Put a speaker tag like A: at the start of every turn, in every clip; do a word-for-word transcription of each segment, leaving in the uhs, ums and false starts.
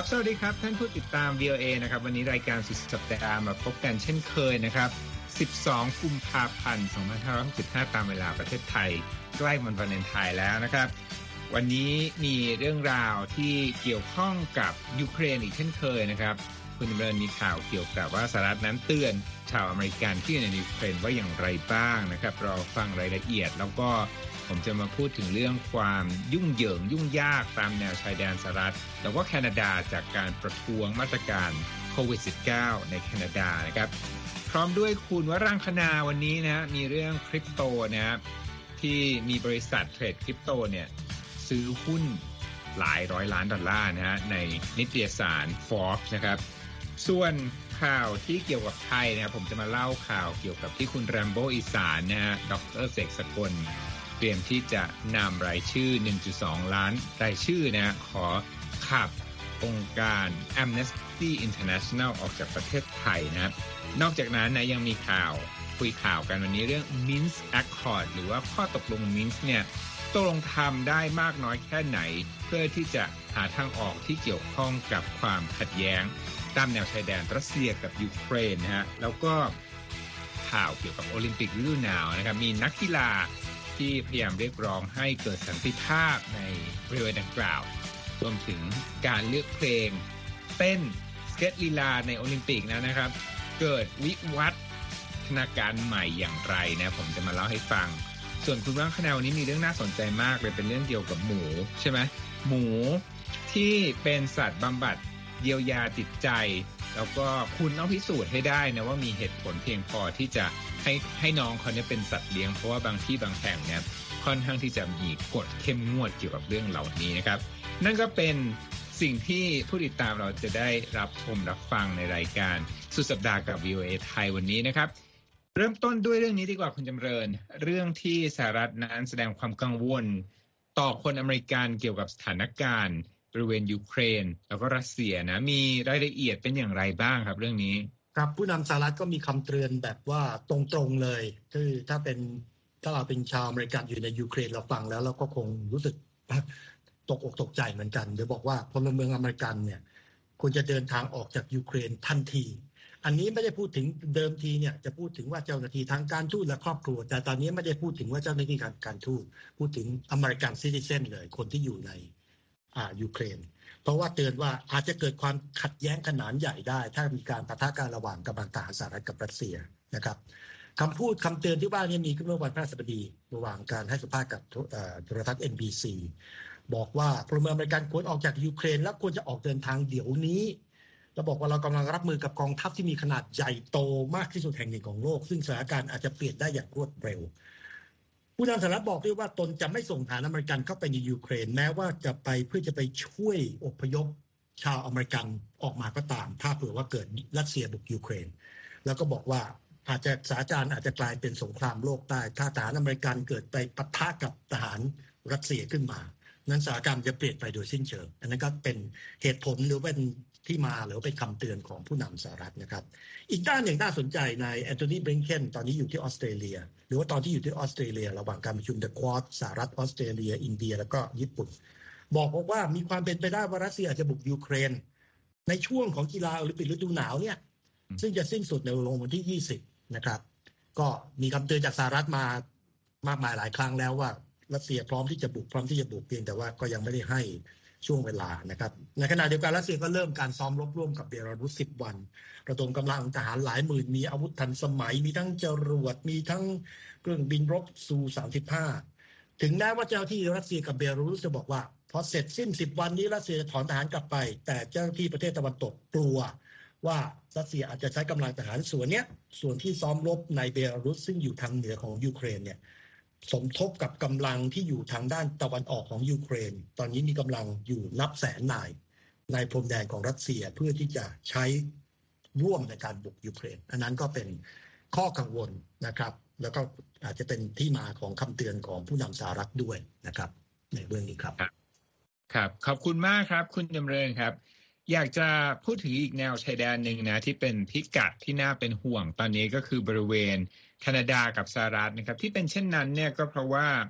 A: ครับสวัสดีครับท่านผู้ติดตาม วี โอ เอ นะครับวันนี้รายการสุดสัปดาห์มาพบกันเช่นเคยนะครับสิบสองกุมภาพันธ์สองพันห้าร้อยหกสิบห้าตามเวลาประเทศไทยใกล้วันวาเลนไทน์แล้วนะครับวันนี้มีเรื่องราวที่เกี่ยวข้องกับยูเครนอีกเช่นเคยนะครับคุณดำเนินมีข่าวเกี่ยวกับว่าสหรัฐนั้นเตือนชาวอเมริกันที่อยู่ในยูเครนว่าอย่างไรบ้างนะครับเราฟังรายละเอียดแล้วก็ผมจะมาพูดถึงเรื่องความยุ่งเหยิงยุ่งยากตามแนวชายแดนสหรัฐแล้วก็แคนาดาจากการประท้วงมาตรการโควิด สิบเก้า ในแคนาดานะครับพร้อมด้วยคุณวรังคณาวันนี้นะมีเรื่องคริปโตนะที่มีบริษัทเทรดคริปโตเนี่ยซื้อหุ้นหลายร้อยล้านดอลลาร์นะฮะในนิตยสาร Forbes นะครับส่วนข่าวที่เกี่ยวกับไทยนะครับผมจะมาเล่าข่าวเกี่ยวกับที่คุณแรมโบ้อีสานนะฮะดร.เสกสกลเตรียมที่จะนำรายชื่อ หนึ่งจุดสอง ล้านรายชื่อนะขอขับองค์การ Amnesty International ออกจากประเทศไทยนะครับนอกจากนั้นนะยังมีข่าวคุยข่าวกันวันนี้เรื่อง Minsk Accord หรือว่าข้อตกลง Minsk เนี่ยตกลงทำได้มากน้อยแค่ไหนเพื่อที่จะหาทางออกที่เกี่ยวข้องกับความขัดแย้งตามแนวชายแดนรัสเซียกับยูเครนนะฮะแล้วก็ข่าวเกี่ยวกับโอลิมปิกฤดูหนาวนะครับมีนักกีฬาที่พยายามเรียกร้องให้เกิดสันติภาพในบริเวณดังกล่าวรวมถึงการเลือกเพลงเต้นสเก็ตลีลาในโอลิมปิกนะนะครับเกิดวิวัฒนาการใหม่อย่างไรนะผมจะมาเล่าให้ฟังส่วนคุณว่างคณะวันนี้มีเรื่องน่าสนใจมากเลยเป็นเรื่องเกี่ยวกับหมูใช่ไหมหมูที่เป็นสัตว์บำบัดเยียวยาจิตใจแล้วก็คุณต้องพิสูจน์ให้ได้นะว่ามีเหตุผลเพียงพอที่จะให้ให้น้องเขาเนี่ยเป็นสัตว์เลี้ยงเพราะว่าบางที่บางแห่งเนี่ยค่อนข้างที่จะมีกฎเข้มงวดเกี่ยวกับเรื่องเหล่านี้นะครับนั่นก็เป็นสิ่งที่ผู้ติดตามเราจะได้รับชมรับฟังในรายการสุดสัปดาห์กับ วี โอ เอ ไทยวันนี้นะครับเริ่มต้นด้วยเรื่องนี้ดีกว่าคุณจำเริญเรื่องที่สหรัฐนั้นแสดงความกังวลต่อคนอเมริกันเกี่ยวกับสถานการณ์บริเวณยูเครนแล้วก็รัสเซียนะมีรายละเอียดเป็นอย่างไรบ้างครับเรื่องนี้
B: ครับผู้นำสหรัฐก็มีคำเตือนแบบว่าตรงๆเลยคือถ้าเป็นถ้าเราเป็นชาวอเมริกันอยู่ในยูเครนเราฟังแล้วเราก็คงรู้สึกตกอกตกใจเหมือนกันเดี๋ยวบอกว่าพลเมืองอเมริกันเนี่ยควรจะเดินทางออกจากยูเครนทันทีอันนี้ไม่ได้พูดถึงเดิมทีเนี่ยจะพูดถึงว่าเจ้าหน้าที่ทางการทูตและครอบครัวแต่ตอนนี้ไม่ได้พูดถึงว่าเจ้าหน้าที่การการทูตพูดถึงอเมริกันซิติเซนเลยคนที่อยู่ในอ่ายูเครนเพราะว่าเตือนว่าอาจจะเกิดความขัดแย้งขนาดใหญ่ได้ถ้ามีการปะทะกันระหว่างกำลังทหารสหรัฐกับรัสเซียนะครับคำพูดคำเตือนที่ว่านี้มีขึ้นเมื่อวันพฤหัสบดีระหว่างการให้สัมภาษณ์กับโทรทัศน์ เอ็น บี ซี บอกว่าพลเมืองอเมริกันควรออกจากยูเครนและควรจะออกเดินทางเดี๋ยวนี้แล้วบอกว่าเรากำลังรับมือกับกองทัพที่มีขนาดใหญ่โตมากที่สุดแห่งหนึ่งของโลกซึ่งสถานการณ์อาจจะเปลี่ยนได้อย่างรวดเร็วผู้นำสหรัฐบอกด้วยว่าตนจะไม่ส่งทหารอเมริกันเข้าไปในยูเครนแม้ว่าจะไปเพื่อจะไปช่วยอพยพชาวอเมริกันออกมาก็ตามถ้าเผื่อว่าเกิดรัสเซียบุกยูเครนแล้วก็บอกว่าอาจจะสถานการณ์อาจจะกลายเป็นสงครามโลกได้ถ้าทหารอเมริกันเกิดไปปะทะกับทหารรัสเซียขึ้นมานั้นสถานการณ์จะเปลี่ยนไปโดยสิ้นเชิงอันนั้นก็เป็นเหตุผลหรือเป็นที่มาหรือเป็นคำเตือนของผู้นำสหรัฐนะครับอีกด้านหนึ่งน่าสนใจในแอนโทนี บลิงเคนตอนนี้อยู่ที่ออสเตรเลียหรือว่าตอนที่อยู่ที่ออสเตรเลียระหว่างการประชุม The Quad สหรัฐออสเตรเลียอินเดียแล้วก็ญี่ปุ่นบอกว่ามีความเป็นไปได้ว่ารัสเซียอาจจะบุกยูเครนในช่วงของกีฬาโอลิมปิกฤดูหนาวเนี่ยซึ่งจะสิ้นสุดในวันที่ยี่สิบนะครับก็มีคำเตือนจากสหรัฐมามากมายหลายครั้งแล้วว่ารัสเซียพร้อมที่จะบุกพร้อมที่จะบุกเพียงแต่ว่าก็ยังไม่ได้ให้ช่วงเวลานะครับในขณะเดียวกันรัสเซียก็เริ่มการซ้อมรบร่วมกับเบลารุสสิบวันระดมกำลังทหารหลายหมื่นมีอาวุธทันสมัยมีทั้งจรวดมีทั้งเครื่องบินรบซูสามสิบห้าถึงแม้ว่าเจ้าที่รัสเซียกับเบลารุสจะบอกว่าพอเสร็จสิ้นสิบวันนี้รัสเซียจะถอนทหารกลับไปแต่เจ้าที่ประเทศตะวันตกกลัวว่ารัสเซียอาจจะใช้กำลังทหารส่วนเนี้ยส่วนที่ซ้อมรบในเบลารุสซึ่งอยู่ทางเหนือของยูเครนเนี่ยสมทบกับกำลังที่อยู่ทางด้านตะวันออกของยูเครนตอนนี้มีกำลังอยู่นับแสนนายในพรมแดนของรัสเซียเพื่อที่จะใช้ร่วมในการบุกยูเครนอันนั้นก็เป็นข้อกังวลนะครับแล้วก็อาจจะเป็นที่มาของคำเตือนของผู้นำสหรัฐด้วยนะครับในเรื่องนี้ครับ
A: ครับขอบคุณมากครับคุณจำเริญครับอยากจะพูดถึงอีกแนวชายแดนหนึ่งนะที่เป็นพิกัดที่น่าเป็นห่วงตอนนี้ก็คือบริเวณแคนาดากับสหรัฐนะครับที่เป็นเช่นนั้นเนี่ยก็เพราะว่า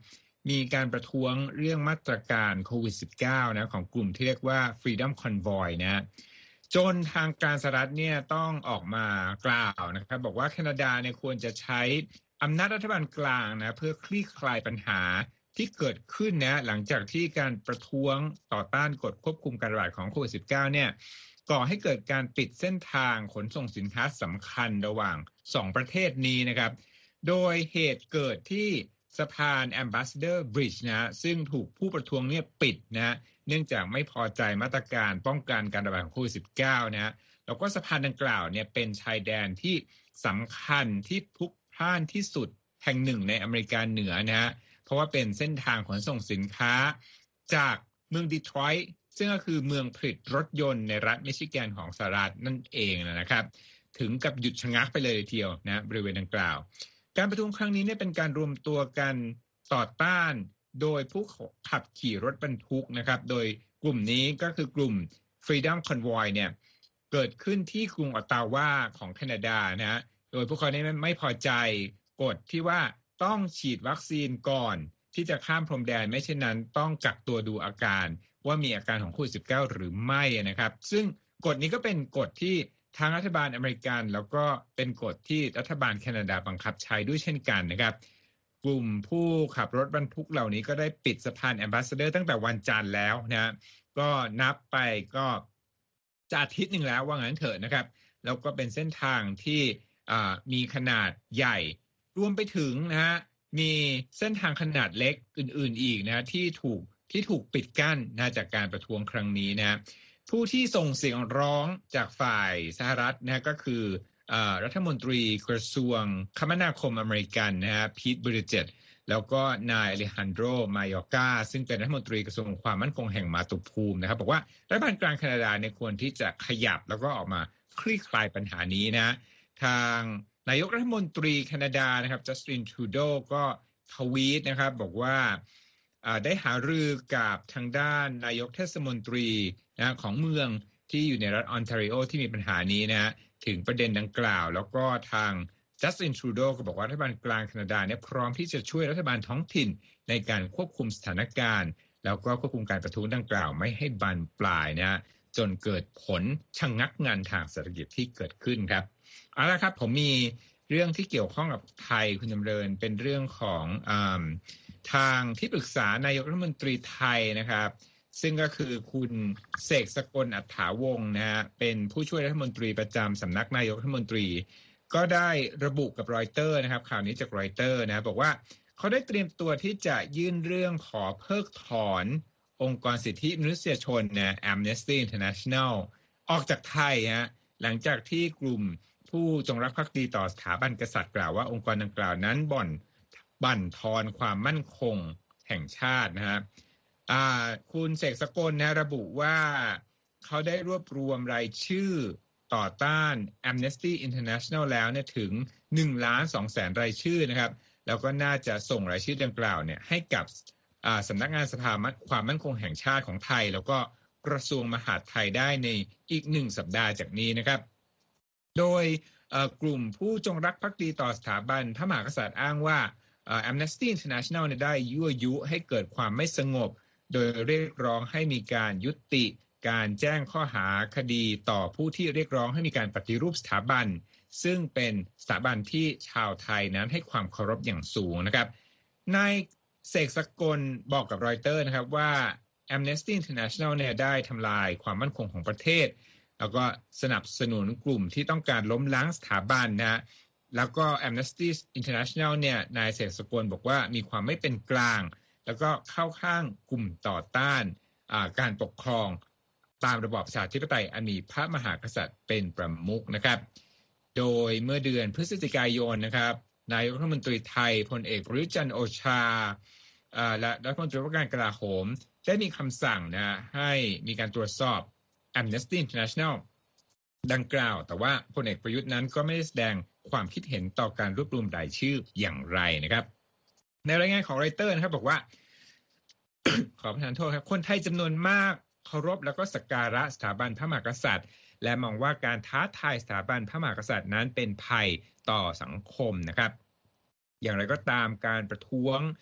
A: มีการประท้วงเรื่องมาตรการโควิด สิบเก้า นะของกลุ่มที่เรียกว่า Freedom Convoy นะจนทางการสหรัฐเนี่ยต้องออกมากล่าวนะครับบอกว่าแคนาดาเนี่ยควรจะใช้อำนาจรัฐบาลกลางนะเพื่อคลี่คลายปัญหาที่เกิดขึ้นนะหลังจากที่การประท้วงต่อต้านกฎควบคุมการระบาดของโควิด สิบเก้า เนี่ยก่อให้เกิดการปิดเส้นทางขนส่งสินค้าสำคัญระหว่างสองประเทศนี้นะครับโดยเหตุเกิดที่สะพาน Ambassador Bridge นะซึ่งถูกผู้ประท้วงเนี่ยปิดนะเนื่องจากไม่พอใจมาตรการป้องกันการระบาดของโควิด สิบเก้า นะแล้วก็สะพานดังกล่าวเนี่ยเป็นชายแดนที่สำคัญที่พลุกพล่านที่สุดแห่งหนึ่งในอเมริกาเหนือนะฮะเพราะว่าเป็นเส้นทางขนส่งสินค้าจากเมืองดีทรอยต์ซึ่งก็คือเมืองผลิตรถยนต์ในรัฐมิชิแกนของสหรัฐนั่นเองนะครับถึงกับหยุดชะงักไปเลยทีเดียวนะบริเวณดังกล่าวการประท้วงครั้งนี้เนี่ยเป็นการรวมตัวกันต่อต้านโดยผู้ขับขี่รถบรรทุกนะครับโดยกลุ่มนี้ก็คือกลุ่ม Freedom Convoy เนี่ยเกิดขึ้นที่กรุงออตตาวาของแคนาดานะฮะโดยพวกเขาเนี่ยไม่พอใจกฎที่ว่าต้องฉีดวัคซีนก่อนที่จะข้ามพรมแดนไม่เช่นนั้นต้องกักตัวดูอาการว่ามีอาการของโควิด สิบเก้า หรือไม่นะครับซึ่งกฎนี้ก็เป็นกฎที่ทางรัฐบาลอเมริกันแล้วก็เป็นกฎที่รัฐบาลแคนาดาบังคับใช้ด้วยเช่นกันนะครับกลุ่มผู้ขับรถบรรทุกเหล่านี้ก็ได้ปิดสะพาน Ambassador ตั้งแต่วันจันทร์แล้วนะก็นับไปก็จะอาทิตย์หนึ่งแล้วว่างั้นเถอะนะครับแล้วก็เป็นเส้นทางที่มีขนาดใหญ่รวมไปถึงนะฮะมีเส้นทางขนาดเล็กอื่นๆอีกนะที่ถูกที่ถูกปิดกั้นนะจากการประท้วงครั้งนี้นะผู้ที่ส่งเสียงร้องจากฝ่ายสหรัฐนะก็คือรัฐมนตรีกระทรวงคมนาคมอเมริกันนะฮะพีทบูติเจจแล้วก็นายอเลฮันโดรมายอร์กาซึ่งเป็นรัฐมนตรีกระทรวงความมั่นคงแห่งมาตุภูมินะครับบอกว่ารัฐบาลกลางแคนาดาเนี่ยควรที่จะขยับแล้วก็ออกมาคลี่คลายปัญหานี้นะทางนายกรัฐมนตรีแคนาดานะครับจัสตินทรูโดก็ทวีตนะครับบอกว่าได้หารือกับทางด้านนายกเทศมนตรีนะของเมืองที่อยู่ในรัฐออนแทรีโอที่มีปัญหานี้นะถึงประเด็นดังกล่าวแล้วก็ทางจัสตินทรูโดก็บอกว่ารัฐบาลกลางแคนาดาเนี่ยพร้อมที่จะช่วยรัฐบาลท้องถิ่นในการควบคุมสถานการณ์แล้วก็ควบคุมการประท้วงดังกล่าวไม่ให้บานปลายนะจนเกิดผลชะงักงันทางเศรษฐกิจที่เกิดขึ้นครับเอาละครับผมมีเรื่องที่เกี่ยวข้องกับไทยคุณจำเริญเป็นเรื่องของอ่าทางที่ปรึกษานายกรัฐมนตรีไทยนะครับซึ่งก็คือคุณเสกสกลอัฏฐาวงศ์นะฮะเป็นผู้ช่วยรัฐมนตรีประจำสำนักนายกรัฐมนตรีก็ได้ระบุกับรอยเตอร์นะครับข่าวนี้จากรอยเตอร์นะบอกว่าเขาได้เตรียมตัวที่จะยื่นเรื่องขอเพิกถอนองค์กรสิทธิมนุษยชนนะ Amnesty International ออกจากไทยฮะหลังจากที่กลุ่มผู้จงรักภักดีต่อสถาบันกษัตริย์กล่าวว่าองค์กรดังกล่าวนั้นบ่อนบั่นทอนความมั่นคงแห่งชาตินะครับคุณเสกสกลนะระบุว่าเขาได้รวบรวมรายชื่อต่อต้าน Amnesty International แล้วเนี่ยถึง หนึ่งล้านสองแสน รายชื่อนะครับแล้วก็น่าจะส่งรายชื่อดังกล่าวเนี่ยให้กับสำนักงานสภาความมั่นคงแห่งชาติของไทยแล้วก็กระทรวงมหาดไทยได้ในอีกหนึ่งสัปดาห์จากนี้นะครับโดยกลุ่มผู้จงรักภักดีต่อสถาบันพระมหากษัตริย์อ้างว่า Amnesty International เนี่ยได้ยั่วยุให้เกิดความไม่สงบโดยเรียกร้องให้มีการยุติการแจ้งข้อหาคดีต่อผู้ที่เรียกร้องให้มีการปฏิรูปสถาบันซึ่งเป็นสถาบันที่ชาวไทยนั้นให้ความเคารพอย่างสูงนะครับนายเสกสกลบอกกับรอยเตอร์นะครับว่า Amnesty International เนี่ยได้ทำลายความมั่นคงของประเทศแล้วก็สนับสนุนกลุ่มที่ต้องการล้มล้างสถาบันนะแล้วก็ Amnesty International เนี่ยนายเสกสกลบอกว่ามีความไม่เป็นกลางแล้วก็เข้าข้างกลุ่มต่อต้านการปกครองตามระบอบประชาธิปไตยอันมีพระมหากษัตริย์เป็นประมุขนะครับโดยเมื่อเดือนพฤศจิกายนนะครับนายกรัฐมนตรีไทยพลเอกประยุทธ์จันทร์โอชาและรัฐมนตรีว่าการกลาโหมได้มีคำสั่งนะให้มีการตรวจสอบ Amnesty International ดังกล่าวแต่ว่าพลเอกประยุทธ์นั้นก็ไม่ได้แสดงความคิดเห็นต่อการรวบรวมรายชื่ออย่างไรนะครับในรายงานของรอยเตอร์นะครับบอกว่า ขอประทานโทษครับคนไทยจำนวนมากเคารพแล้วก็สักการะสถาบันพระมหากษัตริย์และมองว่าการท้าทายสถาบันพระมหากษัตริย์นั้นเป็นภัยต่อสังคมนะครับอย่างไรก็ตามการประท้วงท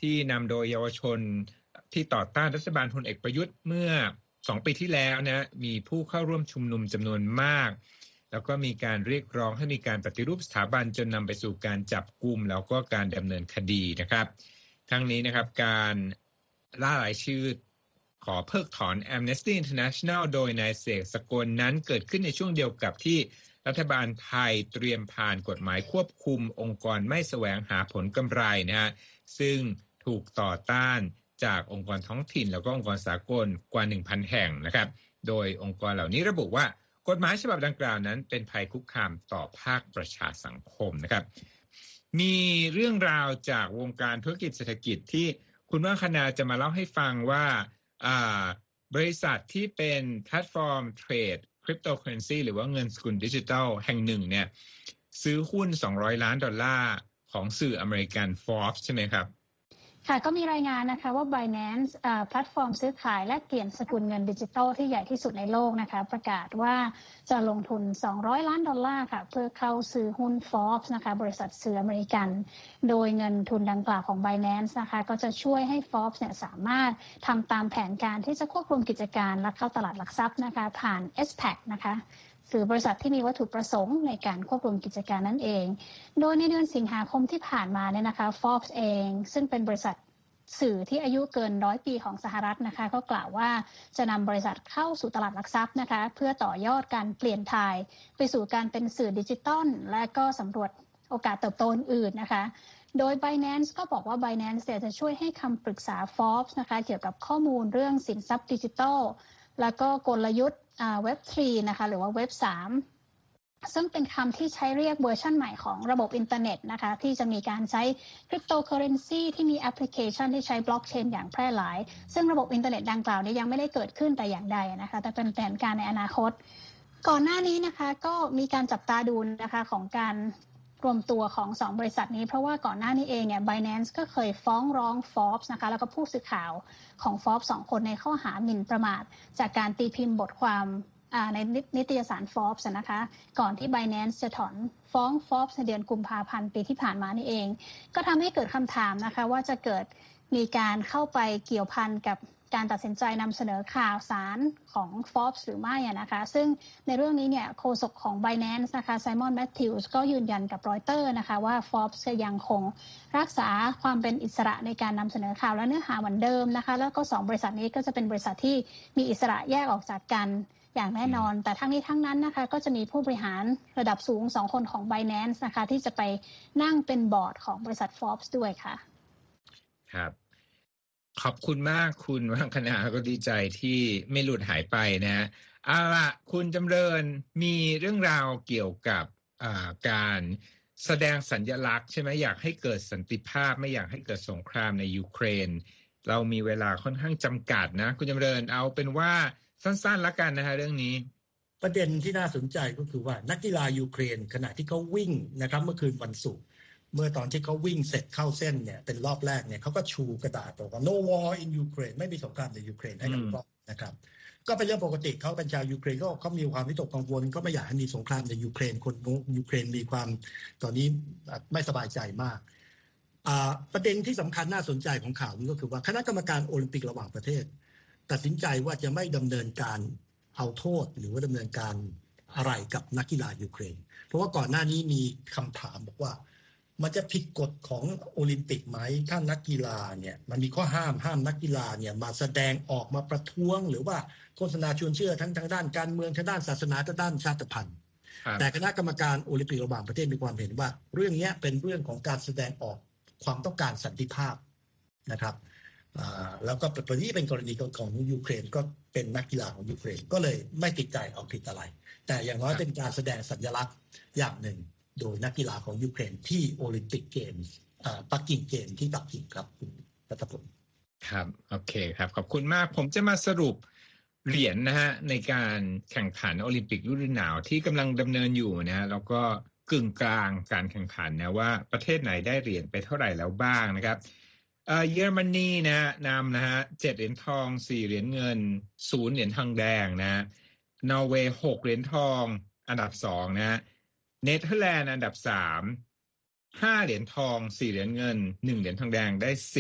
A: ที่นำโดยเยาวชนที่ต่อต้านรัฐบาลพลเอกประยุทธ์เมื่อสองปีที่แล้วนะมีผู้เข้าร่วมชุมนุมจำนวนมากแล้วก็มีการเรียกร้องให้มีการปฏิรูปสถาบันจนนำไปสู่การจับกุมแล้วก็การดำเนินคดีนะครับทั้งนี้นะครับการล่ารายชื่อขอเพิกถอน Amnesty International โดยนายเสกสกลนั้นเกิดขึ้นในช่วงเดียวกับที่รัฐบาลไทยเตรียมผ่านกฎหมายควบคุมองค์กรไม่แสวงหาผลกำไรนะฮะซึ่งถูกต่อต้านจากองค์กรท้องถิ่นแล้วก็องค์กรสากลกว่า หนึ่งพัน แห่งนะครับโดยองค์กรเหล่านี้ระบุว่ากฎหมายฉบับดังกล่าวนั้นเป็นภัยคุกคามต่อภาคประชาสังคมนะครับมีเรื่องราวจากวงการธุรกิจเศรษฐกิจที่คุณว่างคณาจะมาเล่าให้ฟังว่าบริษัทที่เป็นแพลตฟอร์มเทรดคริปโตเคอเรนซีหรือว่าเงินสกุลดิจิทัลแห่งหนึ่งเนี่ยซื้อหุ้นสองร้อยล้านดอลลาร์ของสื่ออเมริกัน Forbes ใช่ไหมครับ
C: ค่ะก็มีรายงานนะคะว่า Binance อ่าแพลตฟอร์มซื้อขายและเปลี่ยนสกุลเงินดิจิทัลที่ใหญ่ที่สุดในโลกนะคะประกาศว่าจะลงทุนสองร้อยล้านดอลลาร์ค่ะเพื่อเข้าซื้อหุ้น Forbes นะคะบริษัทสื่ออเมริกันโดยเงินทุนดังกล่าวของ Binance นะคะก็จะช่วยให้ Forbes เนี่ยสามารถทำตามแผนการที่จะควบคุมกิจการและเข้าตลาดหลักทรัพย์นะคะผ่าน เอส พี เอ ซี นะคะคือบริษัทที่มีวัตถุประสงค์ในการควบคุมกิจการนั่นเองโดยในเดือนสิงหาคมที่ผ่านมาเนี่ยนะคะ Forbes เองซึ่งเป็นบริษัทสื่อที่อายุเกินร้อยปีของสหรัฐนะคะก็กล่าวว่าจะนำบริษัทเข้าสู่ตลาดหลักทรัพย์นะคะเพื่อต่อยอดการเปลี่ยนถ่ายไปสู่การเป็นสื่อดิจิตอลและก็สำรวจโอกาสเติบโตอื่นนะคะโดย Binance ก็บอกว่า Binance จะช่วยให้คำปรึกษา Forbes นะคะเกี่ยวกับข้อมูลเรื่องสินทรัพย์ดิจิทัลแล้วก็กลยุทธ์เว็บ สาม นะคะหรือว่าเว็บ สามซึ่งเป็นคำที่ใช้เรียกเวอร์ชันใหม่ของระบบอินเทอร์เน็ตนะคะที่จะมีการใช้คริปโตเคอเรนซีที่มีแอปพลิเคชันที่ใช้บล็อกเชนอย่างแพร่หลายซึ่งระบบอินเทอร์เน็ตดังกล่าวนี้ยังไม่ได้เกิดขึ้นแต่อย่างใดนะคะแต่เป็นแผนการในอนาคตก่อนหน้านี้นะคะก็มีการจับตาดูนะคะของการรวมตัวของสองบริษัทนี้เพราะว่าก่อนหน้านี้เองเนี่ย Binance ก็เคยฟ้องร้อง Forbes นะคะแล้วก็ผู้สื่อข่าวของ Forbes สองคนในข้อหาหมิ่นประมาทจากการตีพิมพ์บทความในนิตยสาร Forbes นะคะก่อนที่ Binance จะถอนฟ้อง Forbes ในเดือนกุมภาพันธ์ปีที่ผ่านมานี่เองก็ทำให้เกิดคำถามนะคะว่าจะเกิดมีการเข้าไปเกี่ยวพันกับการตัดสินใจนำเสนอข่าวสารของ Forbes หรือไม่นะคะซึ่งในเรื่องนี้เนี่ยโฆษกของ Binance นะคะไซมอนแมทธิวส์ก็ยืนยันกับรอยเตอร์นะคะว่า Forbes จะยังคงรักษาความเป็นอิสระในการนำเสนอข่าวและเนื้อหาเหมือนเดิมนะคะแล้วก็สองบริษัทนี้ก็จะเป็นบริษัทที่มีอิสระแยกออกจากกันอย่างแน่นอนแต่ทั้งนี้ทั้งนั้นนะคะก็จะมีผู้บริหารระดับสูงสองคนของ Binance นะคะที่จะไปนั่งเป็นบอร์ดของบริษัท Forbes ด้วยค่ะ
A: ครับขอบคุณมากคุณว่างคณาก็ดีใจที่ไม่หลุดหายไปนะเอาล่ะคุณจำเริญมีเรื่องราวเกี่ยวกับการแสดงสัญลักษณ์ใช่ไหมอยากให้เกิดสันติภาพไม่อยากให้เกิดสงครามในยูเครนเรามีเวลาค่อนข้างจำกัดนะคุณจำเริญเอาเป็นว่าสั้นๆแล้วกันนะฮะเรื่องนี้
B: ประเด็นที่น่าสนใจก็คือว่านักกีฬายูเครนขณะที่เขาวิ่งนะครับเมื่อคืนวันศุกร์เมื่อตอนที่เขาวิ่งเสร็จเข้าเส้นเนี่ยเป็นรอบแรกเนี่ยเขาก็ชูกระดาษบอกว่า no war in Ukraine ไม่มีสงครามในยูเครนให้กับกองนะครับก็เป็นเรื่องปกติเขาเป็นชาวยูเครนก็เขามีความวิตกกังวลก็ไม่อยากให้มีสงครามในยูเครนคนยูเครนมีความตอนนี้ไม่สบายใจมากประเด็นที่สำคัญน่าสนใจของข่าวนี้ก็คือว่าคณะกรรมการโอลิมปิกระหว่างประเทศตัดสินใจว่าจะไม่ดำเนินการเอาโทษหรือว่าดำเนินการอะไรกับนักกีฬายูเครนเพราะว่าก่อนหน้านี้มีคำถามบอกว่ามันจะผิดกฎของโอลิมปิกไหมถ้านักกีฬาเนี่ยมันมีข้อห้ามห้ามนักกีฬาเนี่ยมาแสดงออกมาประท้วงหรือว่าโฆษณาชวนเชื่อทั้งทางด้านการเมืองทางด้านศาสนาทางด้านชาติพันธุ์แต่คณะกรรมการโอลิมปิกระหว่างประเทศมีความเห็นว่าเรื่องนี้เป็นเรื่องของการแสดงออกความต้องการสันติภาพนะครับแล้วก็ประเด็นนี้เป็นกรณีของยูเครนก็เป็นนักกีฬาของยูเครนก็เลยไม่ติดใจเอาผิดอะไรแต่อย่างน้อยเป็นการแสดงสัญลักษณ์อย่างหนึ่งโดยนักกีฬาของยูเครนที่โอลิมปิกเกมส์ปักกิ่งเกมที่ปักกิ่งครับคุณรัตพล
A: ครับโอเคครับขอบคุณมากผมจะมาสรุปเหรียญ นะฮะในการแข่งขันโอลิมปิกฤดูหนาวที่กำลังดำเนินอยู่นะฮะแล้วก็กึ่งกลางการแข่งขันนะว่าประเทศไหนได้เหรียญไปเท่าไหร่แล้วบ้างนะครับเยอรมนีนะนำนะฮะเจ็ดเหรียญทองสี่เหรียญเงินศูนย์เหรียญทองแดงนะนอร์เวย์หกเหรียญทองอันดับสองนะเนเธอร์แลนด์อันดับสามห้าเหรียญทองสี่เหรียญเงินหนึ่งเหรียญทองแดงได้สิบ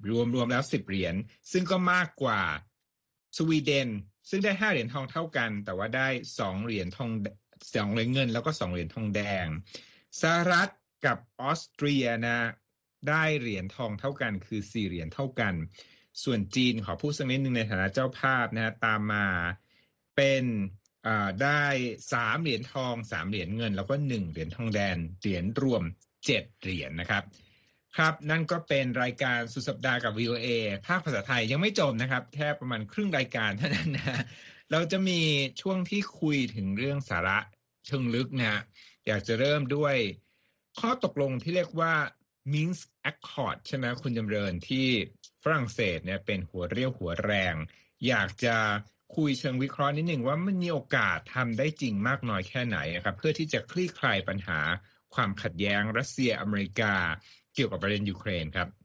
A: รวมๆแล้วสิบเหรียญซึ่งก็มากกว่าสวีเดนซึ่งได้ห้าเหรียญทองเท่ากันแต่ว่าได้สองเหรียญทองสองเหรียญเงินแล้วก็สองเหรียญทองแดงสหรัฐกับออสเตรียนะได้เหรียญทองเท่ากันคือสี่เหรียญเท่ากันส่วนจีนขอพูดสักนิดนึงในฐานะเจ้าภาพนะตามมาเป็นได้สามเหรียญทองสามเหรียญเงินแล้วก็หนึ่งเหรียญทองแดงเหรียญรวมเจ็ดเหรียญนะครับครับนั่นก็เป็นรายการสุดสัปดาห์กับ วี โอ เอ ภาคภาษาไทยยังไม่จบนะครับแค่ประมาณครึ่งรายการเท่านั้นนะเราจะมีช่วงที่คุยถึงเรื่องสาระเชิงลึกนะอยากจะเริ่มด้วยข้อตกลงที่เรียกว่า Minsk Accord ใช่ไหมคุณจำเริญที่ฝรั่งเศสเนี่ยเป็นหัวเรี่ยวหัวแรงอยากจะคุยเชิงวิเคราะห์นิดหนึ่งว่ามันมีโอกาสทำได้จริงมากน้อยแค่ไหนนะครับเพื่อที่จะคลี่คลายปัญหาความขัดแย้งรัสเซียอเมริกาเกี่ยวกับประเด็นยูเครนครับ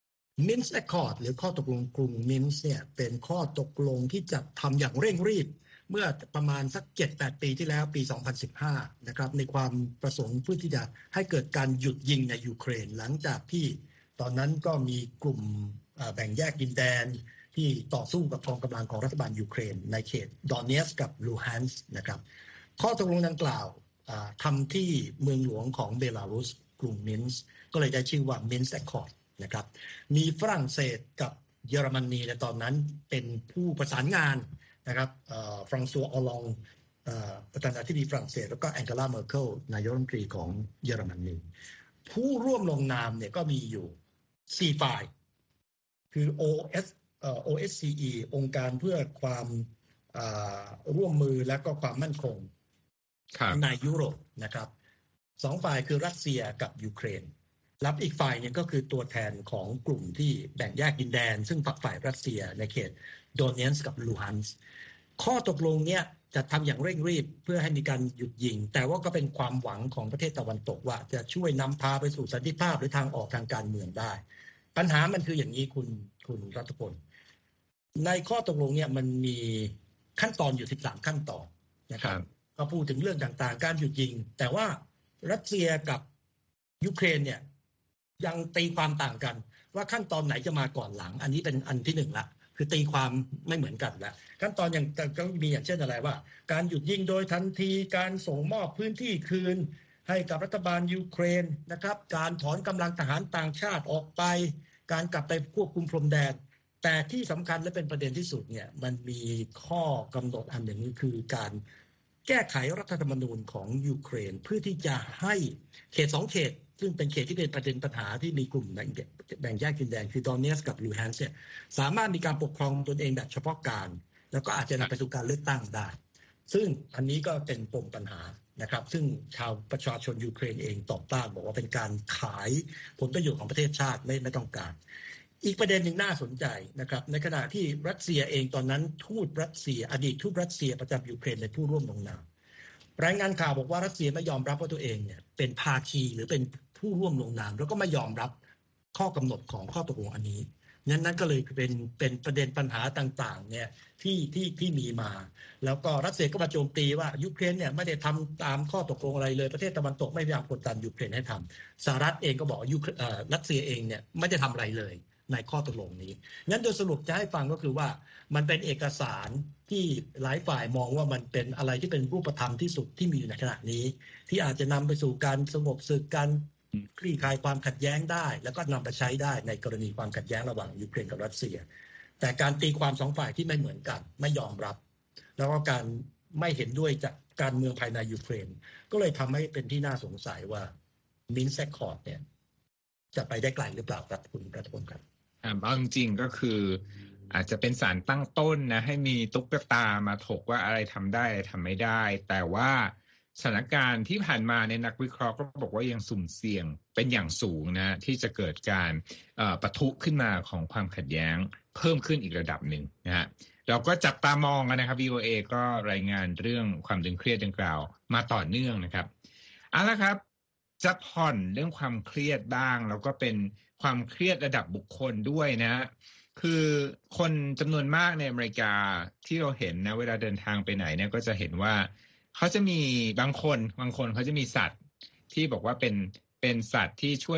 B: Minsk Accord หรือข้อตกลงกรุงมินส์เนี่ยเป็นข้อตกลงที่จะทำอย่างเร่งรีบเมื่อประมาณสัก เจ็ดแปด ปีที่แล้วปีสองพันสิบห้านะครับในความประสงค์เพื่อที่จะให้เกิดการหยุดยิงในยูเครนหลังจากที่ตอนนั้นก็มีกลุ่มแบ่งแยกดินแดนที่ต่อสู้กับกองกำลังของรัฐบาลยูเครนในเขตดอนเนสกับลูฮันส์นะครับข้อตกลงดังกล่าวทำที่เมืองหลวงของเบลารุสกรุงมินส์ก็เลยได้ชื่อว่า Minsk Accord นะครับมีฝรั่งเศสกับเยอรมนีในตอนนั้นเป็นผู้ประสานงานนะครับฟรองซัว ออลองประธานาธิบดีฝรั่งเศสแล้วก็แองเกลา เมอร์เคิลนายกรัฐมนตรีของเยอรมนีผู้ร่วมลงนามเนี่ยก็มีอยู่สี่ฝ่ายคือ โอ เอส โอ เอส ซี อี องค์การเพื่อความร่วมมือและก็ความมั่นคงในยุโรปนะครับสองฝ่ายคือรัสเซียกับยูเครนรับอีกฝ่ายนึงก็คือตัวแทนของกลุ่มที่แบ่งแยกดินแดนซึ่งฝักฝ่ายรัสเซียในเขตโดเนตส์กับลูฮันส์ข้อตกลงเนี้ยจะทำอย่างเร่งรีบเพื่อให้มีการหยุดยิงแต่ว่าก็เป็นความหวังของประเทศตะวันตกว่าจะช่วยนำพาไปสู่สันติภาพหรือทางออกทางการเมืองได้ปัญหามันคืออย่างนี้คุณคุณรัตพลในข้อตกลงเนี่ยมันมีขั้นตอนอยู่สิบสามขั้นตอนนะครับก็พูดถึงเรื่องต่างๆการหยุดยิงแต่ว่ารัสเซียกับยูเครนเนี่ยยังตีความต่างกันว่าขั้นตอนไหนจะมาก่อนหลังอันนี้เป็นอันที่หนึ่งละคือตีความไม่เหมือนกันละขั้นตอนอย่างก็มีอย่างเช่นอะไรว่าการหยุดยิงโดยทันทีการส่งมอบพื้นที่คืนให้กับรัฐบาลยูเครนนะครับการถอนกำลังทหารต่างชาติออกไปการกลับไปควบคุมพรมแดนแต่ที่สำคัญและเป็นประเด็นที่สุดเนี่ยมันมีข้อกำหนดอันหนึ่งคือการแก้ไขรัฐธรรมนูญของยูเครนเพื่อที่จะให้เขตสองเขตซึ่งเป็นเขตที่เป็นประเด็นปัญหาที่มีกลุ่มแบ่งแยกดินแดนคือดอนเนสกับลูฮันส์เนี่ยสามารถมีการปกครองตนเองแบบเฉพาะการแล้วก็อาจจะนำไปสู่การเลือกตั้งได้ซึ่งอันนี้ก็เป็นปมปัญหานะครับซึ่งชาวประชาชนยูเครนเองตอบต้านบอกว่าเป็นการขายผลประโยชน์ของประเทศชาติไม่ไม่ต้องการอีกประเด็นหนึ่งน่าสนใจนะครับในขณะที่รัสเซียเองตอนนั้นทูตรัสเซียอดีตทูตรัสเซียประจำยูเครนในผู้ร่วมลงนามรายงานข่าวบอกว่ารัสเซียไม่ยอมรับว่าตัวเองเนี่ยเป็นภาคีหรือเป็นผู้ร่วมลงนามแล้วก็ไม่ยอมรับข้อกำหนดของข้อตกลงอันนี้นั้นนั้นก็เลยเป็นเป็นประเด็นปัญหาต่างๆเนี่ยที่ที่ที่มีมาแล้วก็รัสเซียก็มาโจมตีว่ายูเครนเนี่ยไม่ได้ทำตามข้อตกลงอะไรเลยประเทศตะวันตกไม่พยายามกดดันยูเครนให้ทำสหรัฐเองก็บอกยูรัสเซียเองเนี่ยไม่ได้ทำอะไรเลยในข้อตกลงนี้งั้นโดยสรุปจะให้ฟังก็คือว่ามันเป็นเอกสารที่หลายฝ่ายมองว่ามันเป็นอะไรที่เป็นรูปธรรมที่สุดที่มีอยู่ในขณะนี้ที่อาจจะนำไปสู่การสงบศึกการคลี่คลายความขัดแย้งได้แล้วก็นำไปใช้ได้ในกรณีความขัดแย้งระหว่างยูเครนกับรัสเซียแต่การตีความสองฝ่ายที่ไม่เหมือนกันไม่ยอมรับแล้วก็การไม่เห็นด้วยจากการเมืองภายในยูเครนก็เลยทำให้เป็นที่น่าสงสัยว่ามินส์ Accord เนี่ยจะไปได้ไกลหรือเปล่าครับคุณรัฐพลครับ
A: อ่าบางจริงก็คืออาจจะเป็นสารตั้งต้นนะให้มีตุ๊กตามาถกว่าอะไรทำได้อะไรทำไม่ได้แต่ว่าสถานการณ์ที่ผ่านมาในนักวิเคราะห์ก็บอกว่ายังสุ่มเสี่ยงเป็นอย่างสูงนะที่จะเกิดการปะทุขึ้นมาของความขัดแย้งเพิ่มขึ้นอีกระดับหนึ่งนะฮะเราก็จับตามองกันนะครับ วี โอ เอ ก็รายงานเรื่องความตึงเครียดดังกล่าวมาต่อเนื่องนะครับเอาละครับจะผ่อนเรื่องความเครียดบ้างแล้วก็เป็นความเครียดระดับบุคคลด้วยนะคือคนจำนวนมากในอเมริกาที่เราเห็นนะเวลาเดินทางไปไหนเนี่ยก็จะเห็นว่าเขาจะมีบางคนบางคนเขาจะมีสัตว์ที่บอกว่าเป็นเป็นสัตว์ที่ช่วย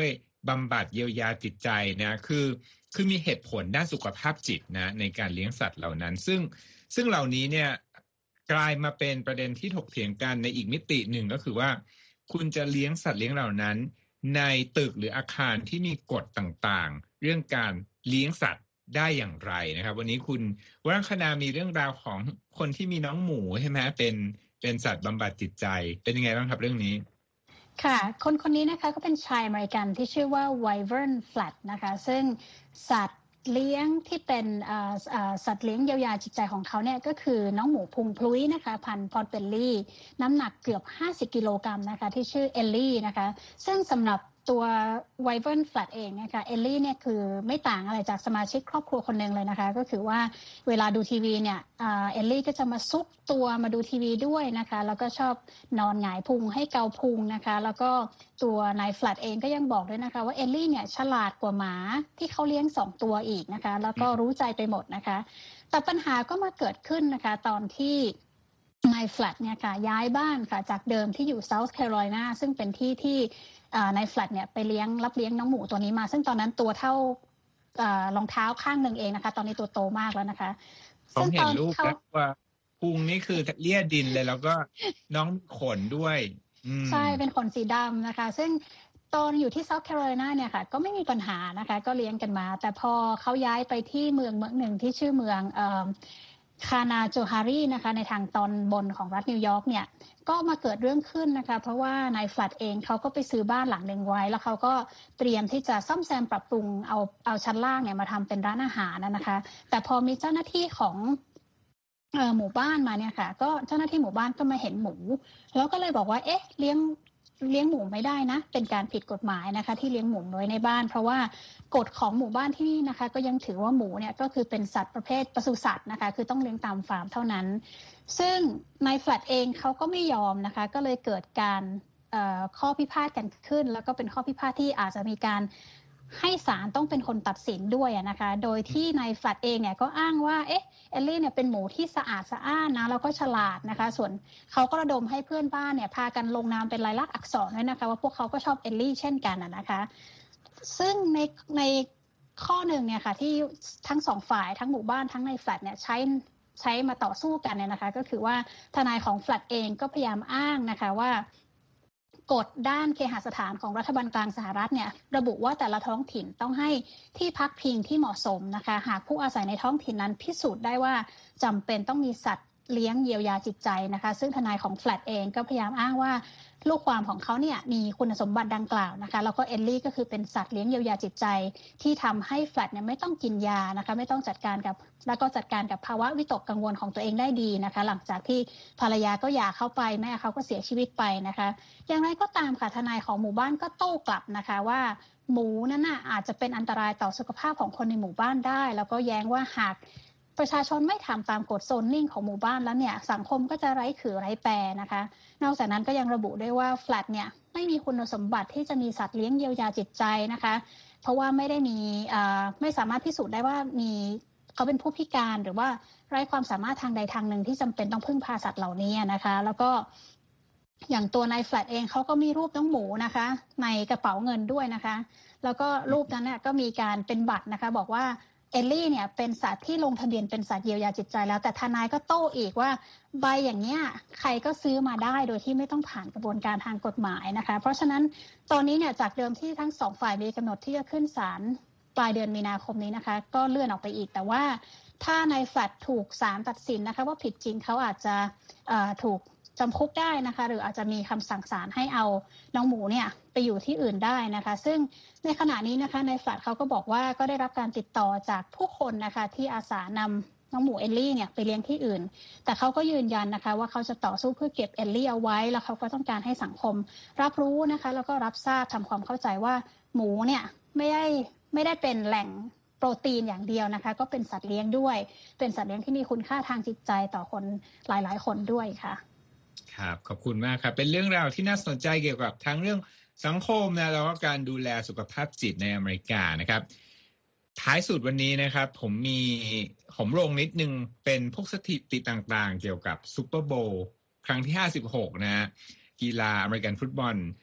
A: บำบัดเยียวยาจิตใจนะคือคือมีเหตุผลด้านสุขภาพจิตนะในการเลี้ยงสัตว์เหล่านั้นซึ่งซึ่งเหล่านี้เนี่ยกลายมาเป็นประเด็นที่ถกเถียงกันในอีกมิติหนึ่งก็คือว่าคุณจะเลี้ยงสัตว์เลี้ยงเหล่านั้นในตึกหรืออาคารที่มีกฎต่างๆเรื่องการเลี้ยงสัตว์ได้อย่างไรนะครับวันนี้คุณวรังคณามีเรื่องราวของคนที่มีน้องหมูใช่ไหมเป็นเป็นสัตว์บำบัดจิตใจเป็นยังไงบ้างครับเรื่องนี้
C: ค่ะคนคนนี้นะคะก็เป็นชายอเมริกันที่ชื่อว่า Wyvern Flat นะคะซึ่งสัตว์เลี้ยงที่เป็นสัตว์เลี้ยงเยียวยาจิตใจของเขาเนี่ยก็คือน้องหมูพุงพลุยนะคะพันธุ์พอตเบลลี่น้ำหนักเกือบห้าสิบกิโลกรัมนะคะที่ชื่อเอลลี่นะคะซึ่งสำหรับตัว Wyvern Flat เองนะคะเอลลี่เนี่ยคือไม่ต่างอะไรจากสมาชิกครอบครัวคนหนึ่งเลยนะคะก็คือว่าเวลาดูทีวีเนี่ยเอลลี่ก็จะมาซุกตัวมาดูทีวีด้วยนะคะแล้วก็ชอบนอนหงายพุงให้เกาพุงนะคะแล้วก็ตัวนาย Flat เองก็ยังบอกด้วยนะคะว่าเอลลี่เนี่ยฉลาดกว่าหมาที่เขาเลี้ยงสองตัวอีกนะคะแล้วก็รู้ใจไปหมดนะคะแต่ปัญหาก็มาเกิดขึ้นนะคะตอนที่นาย Flat เนี่ยค่ะย้ายบ้านค่ะจากเดิมที่อยู่ South Carolina ซึ่งเป็นที่ที่ในแฟลตเนี่ยไปเลี้ยงรับเลี้ยงน้องหมูตัวนี้มาซึ่งตอนนั้นตัวเท่ารองเท้าข้างหนึ่งเองนะคะตอนนี้ตัวโตมากแล้วนะคะ
A: ผมเห็นรูปแล้วว่าพุงนี่คือเลี่ยดินเลยแล้วก็น้องขนด้วย
C: ใช่เป็นขนสีดำนะคะซึ่งตอนอยู่ที่ South Carolina เนี่ยค่ะก็ไม่มีปัญหานะคะก็เลี้ยงกันมาแต่พอเขาย้ายไปที่เมืองเมืองหนึ่งที่ชื่อเมืองคานาโจฮารีนะคะในทางตอนบนของรัฐนิวยอร์กเนี่ยก็มาเกิดเรื่องขึ้นนะคะเพราะว่านายแฟลตเองเขาก็ไปซื้อบ้านหลังหนึ่งไว้แล้วเขาก็เตรียมที่จะซ่อมแซมปรับปรุงเอาเอาชั้นล่างเนี่ยมาทำเป็นร้านอาหารนะคะแต่พอมีเจ้าหน้าที่ของเอ่อหมู่บ้านมาเนี่ยค่ะก็เจ้าหน้าที่หมู่บ้านก็มาเห็นหมูแล้วก็เลยบอกว่าเอ๊ะเลี้ยงเลี้ยงหมูไม่ได้นะเป็นการผิดกฎหมายนะคะที่เลี้ยงหมูไว้ในบ้านเพราะว่ากฎของหมู่บ้านที่นี่นะคะก็ยังถือว่าหมูเนี่ยก็คือเป็นสัตว์ประเภทปศุสัตว์นะคะคือต้องเลี้ยงตามฟาร์มเท่านั้นซึ่งนายแฟลตเองเขาก็ไม่ยอมนะคะก็เลยเกิดการข้อพิพาทกันขึ้นแล้วก็เป็นข้อพิพาทที่อาจจะมีการให้ศาลต้องเป็นคนตัดสินด้วยนะคะโดยที่นายแฟลตเองเนี่ยก็อ้างว่าเอ๊ะเอลลี่เนี่ยเป็นหมูที่สะอาดสะอ้านนะแล้วก็ฉลาดนะคะส่วนเขาก็ระดมให้เพื่อนบ้านเนี่ยพากันลงนามเป็นลายลักษณ์อักษรด้วยนะคะว่าพวกเขาก็ชอบเอลลี่เช่นกันนะคะซึ่งในในข้อหนึ่งเนี่ยค่ะที่ทั้งสองฝ่ายทั้งหมู่บ้านทั้งในแฟลตเนี่ยใช้ใช้มาต่อสู้กันเนี่ยนะคะก็คือว่าทนายของแฟลตเองก็พยายามอ้างนะคะว่ากฎด้านเคหสถานของรัฐบาลกลางสหรัฐเนี่ยระบุว่าแต่ละท้องถิ่นต้องให้ที่พักพิงที่เหมาะสมนะคะหากผู้อาศัยในท้องถิ่นนั้นพิสูจน์ได้ว่าจำเป็นต้องมีสัตว์เลี้ยงเยียวยาจิตใจนะคะซึ่งทนายของแฟลตเองก็พยายามอ้างว่าลูกความของเขาเนี่ยมีคุณสมบัติดังกล่าวนะคะแล้วก็เอลลี่ก็คือเป็นสัตว์เลี้ยงเยียวยาจิตใจที่ทำให้แฟลตเนี่ยไม่ต้องกินยานะคะไม่ต้องจัดการกับแล้วก็จัดการกับภาวะวิตกกังวลของตัวเองได้ดีนะคะหลังจากที่ภรรยาก็หย่าเข้าไปแม่เขาก็เสียชีวิตไปนะคะอย่างไรก็ตามค่ะทนายของหมู่บ้านก็โต้กลับนะคะว่าหมูนั้นน่ะอาจจะเป็นอันตรายต่อสุขภาพของคนในหมู่บ้านได้แล้วก็แย้งว่าหากประชาชนไม่ทำตามกฎโซนนิ่งของหมู่บ้านแล้วเนี่ยสังคมก็จะไร้ขื่อไร้แปรนะคะนอกจากนั้นก็ยังระบุด้วยว่าแฟลตเนี่ยไม่มีคุณสมบัติที่จะมีสัตว์เลี้ยงเยียวยาจิตใจนะคะเพราะว่าไม่ได้มีไม่สามารถพิสูจน์ได้ว่ามีเขาเป็นผู้พิการหรือว่าไร้ความสามารถทางใดทางหนึ่งที่จำเป็นต้องพึ่งพาสัตว์เหล่านี้นะคะแล้วก็อย่างตัวนายแฟลตเองเขาก็มีรูปน้องหมูนะคะในกระเป๋าเงินด้วยนะคะแล้วก็รูปนั้นเนี่ยก็มีการเป็นบัตรนะคะบอกว่าเอลลี่เนี่ยเป็นสัตว์ที่ลงทะเบียนเป็นสัตว์เยียวยาจิตใจแล้วแต่ทนายก็โต้อีกว่าใบอย่างเนี้ยใครก็ซื้อมาได้โดยที่ไม่ต้องผ่านกระบวนการทางกฎหมายนะคะเพราะฉะนั้นตอนนี้เนี่ยจากเดิมที่ทั้งสองฝ่ายมีกำหนดที่จะขึ้นศาลปลายเดือนมีนาคมนี้นะคะก็เลื่อนออกไปอีกแต่ว่าถ้านายแฟลตถูกศาลตัดสินนะคะว่าผิดจริงเขาอาจจะถูกจำคุกได้นะคะหรืออาจจะมีคำสั่งศาลให้เอาน้องหมูเนี่ยไปอยู่ที่อื่นได้นะคะซึ่งในขณะนี้นะคะในแฟลตเขาก็บอกว่าก็ได้รับการติดต่อจากผู้คนนะคะที่อาสานำน้องหมูเอลลี่เนี่ยไปเลี้ยงที่อื่นแต่เขาก็ยืนยันนะคะว่าเขาจะต่อสู้เพื่อเก็บเอลลี่เอาไว้แล้วเขาก็ต้องการให้สังคมรับรู้นะคะแล้วก็รับทราบทำความเข้าใจว่าหมูเนี่ยไม่ได้ไม่ได้เป็นแหล่งโปรตีนอย่างเดียวนะคะก็เป็นสัตว์เลี้ยงด้วยเป็นสัตว์เลี้ยงที่มีคุณค่าทางจิตใจต่อคนหลายๆคนด้วยค่ะ
A: ครับขอบคุณมากครับเป็นเรื่องราวที่น่าสนใจเกี่ยวกับทั้งเรื่องสังคมนะแล้วก็การดูแลสุขภาพจิตในอเมริกานะครับท้ายสุดวันนี้นะครับผมมีผมลงนิดนึงเป็นพวกสถิติต่างๆเกี่ยวกับซุปเปอร์โบว์ครั้งที่ห้าสิบหกนะกีฬาอเมริกันฟุตบอล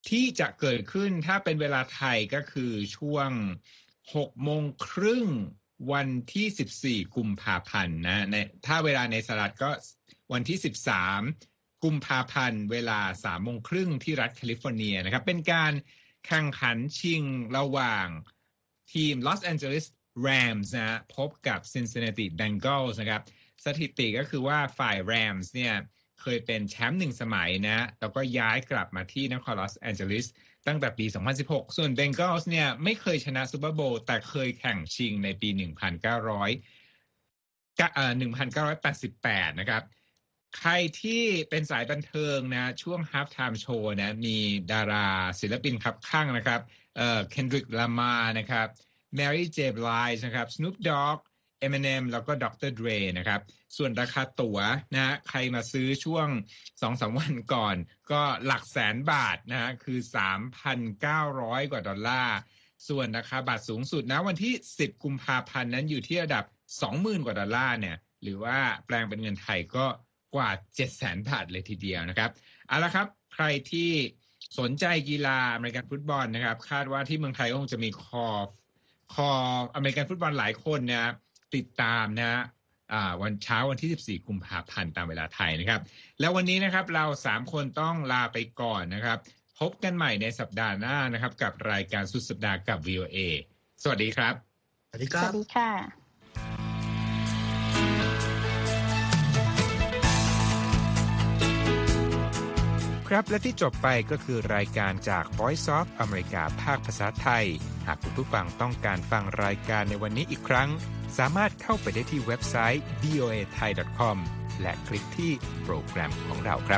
A: ที่จะเกิดขึ้นถ้าเป็นเวลาไทยก็คือช่วงหกโมงครึ่งวันที่สิบสี่กุมภาพันธ์นะในถ้าเวลาในสหรัฐก็วันที่สิบสามกุมภาพันธ์เวลาสามโมงครึ่งที่รัฐแคลิฟอร์เนียนะครับเป็นการแข่งขันชิงระหว่างทีม Los Angeles Rams นะพบกับ Cincinnati Bengals นะครับสถิติก็คือว่าฝ่าย Rams เนี่ยเคยเป็นแชมป์หนึ่งสมัยนะแล้วก็ย้ายกลับมาที่นครลอสแอนเจลิสตั้งแต่ปีสองพันสิบหกส่วน Bengals เนี่ยไม่เคยชนะซูเปอร์โบว์แต่เคยแข่งชิงในปีหนึ่งพันเก้าร้อยเอ่อหนึ่งพันเก้าร้อยแปดสิบแปดนะครับใครที่เป็นสายบันเทิงนะช่วง Half Time Show นะมีดาราศิลปินครับข้างนะครับเอ่อ Kendrick Lamar นะครับ Mary J. Blige นะครับ Snoop Dogg Eminem แล้วก็ ด็อกเตอร์ Dre นะครับส่วนราคาตั๋วนะใครมาซื้อช่วง สองถึงสาม วันก่อนก็หลักแสนบาทนะคือ สามพันเก้าร้อย กว่าดอลลาร์ส่วนราคาบัตรสูงสุดนะวันที่สิบกุมภาพันธ์นั้นอยู่ที่ระดับ สองหมื่น กว่าดอลลาร์เนี่ยหรือว่าแปลงเป็นเงินไทยก็กว่า เจ็ดแสน บาทเลยทีเดียวนะครับเอาละครับใครที่สนใจกีฬาอเมริกันฟุตบอลนะครับคาดว่าที่เมืองไทยก็คงจะมีคอคออเมริกันฟุตบอลหลายคนนะติดตามนะอ่าวันเช้าวันที่สิบสี่กุมภาพันธ์ตามเวลาไทยนะครับแล้ววันนี้นะครับเราสามคนต้องลาไปก่อนนะครับพบกันใหม่ในสัปดาห์หน้านะครับกับรายการสุดสัปดาห์กับ วี โอ เอ สวัสดีครับ
B: สวัสดีครับ
C: สวัสดีค่ะ
A: ครับและที่จบไปก็คือรายการจาก Voice of America ภาคภาษาไทยหากคุณผู้ฟังต้องการฟังรายการในวันนี้อีกครั้งสามารถเข้าไปได้ที่เว็บไซต์ วี โอ เอ ไทย ดอท คอม และคลิกที่โปรแกรมของเราครับ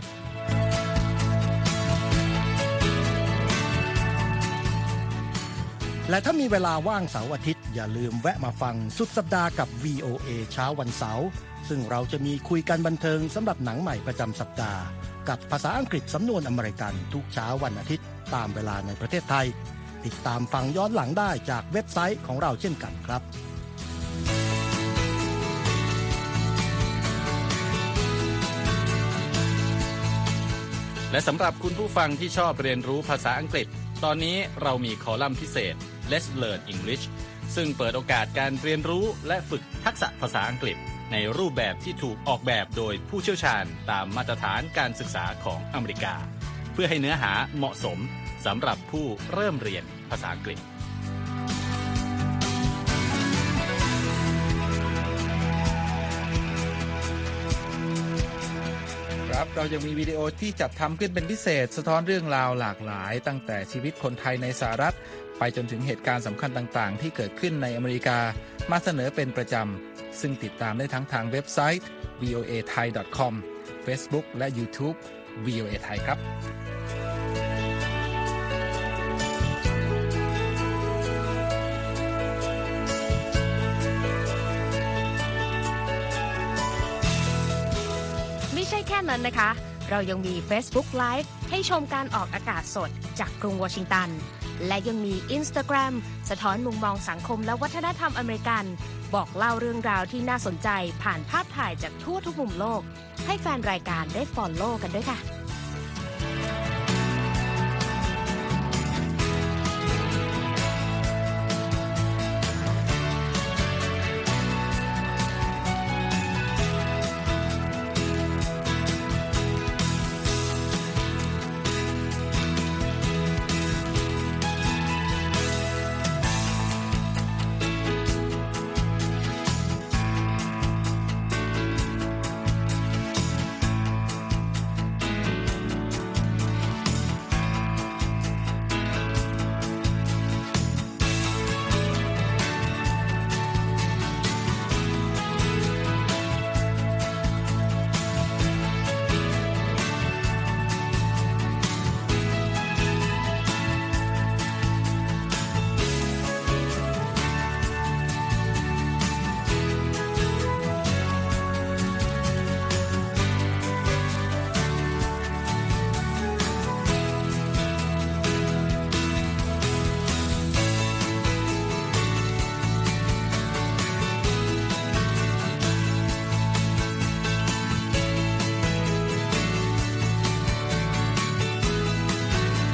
B: และถ้ามีเวลาว่างเสาร์อาทิตย์อย่าลืมแวะมาฟังสุดสัปดาห์กับ วี โอ เอ เช้าวันเสาร์ซึ่งเราจะมีคุยกันบันเทิงสำหรับหนังใหม่ประจำสัปดาห์กับภาษาอังกฤษสำนวนอเมริกันทุกเช้าวันอาทิตย์ตามเวลาในประเทศไทยติดตามฟังย้อนหลังได้จากเว็บไซต์ของเราเช่นกันครับ
D: และสำหรับคุณผู้ฟังที่ชอบเรียนรู้ภาษาอังกฤษตอนนี้เรามีคอลัมน์พิเศษ Let's Learn English ซึ่งเปิดโอกาสการเรียนรู้และฝึกทักษะภาษาอังกฤษในรูปแบบที่ถูกออกแบบโดยผู้เชี่ยวชาญตามมาตรฐานการศึกษาของอเมริกาเพื่อให้เนื้อหาเหมาะสมสำหรับผู้เริ่มเรียนภาษาอังกฤษ
E: ครับเรายังมีวิดีโอที่จัดทำขึ้นเป็นพิเศษสะท้อนเรื่องราวหลากหลายตั้งแต่ชีวิตคนไทยในสหรัฐไปจนถึงเหตุการณ์สำคัญต่างๆที่เกิดขึ้นในอเมริกามาเสนอเป็นประจำซึ่งติดตามได้ทั้งทางเว็บไซต์ วี โอ เอ ไทย ดอท คอม Facebook และ YouTube วี โอ เอ ไทยครับ
F: ไม่ใช่แค่นั้นนะคะเรายังมี Facebook Live ให้ชมการออกอากาศสดจากกรุงวอชิงตันและยังมี Instagram สะท้อนมุมมองสังคมและวัฒนธรรมอเมริกันบอกเล่าเรื่องราวที่น่าสนใจผ่านภาพถ่ายจากทั่วทุกมุมโลกให้แฟนรายการได้ follow กันด้วยค่ะ